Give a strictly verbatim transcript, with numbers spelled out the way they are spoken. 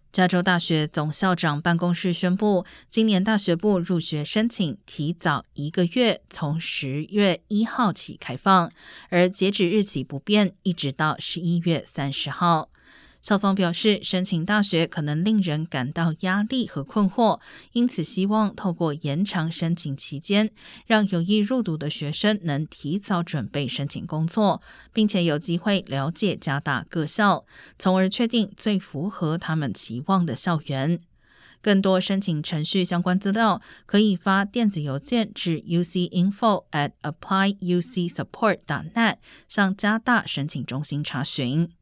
加州大学总校长办公室宣布，今年大学部入学申请提早一个月，从十月一号起开放，而截止日期不变，一直到十一月三十号。校方表示，申请大学可能令人感到压力和困惑，因此希望透过延长申请期间，让有意入读的学生能提早准备申请工作，并且有机会了解加大各校，从而确定最符合他们期望的校园。更多申请程序相关资料，可以发电子邮件至 u c info at apply u c support dot net 向加大申请中心查询。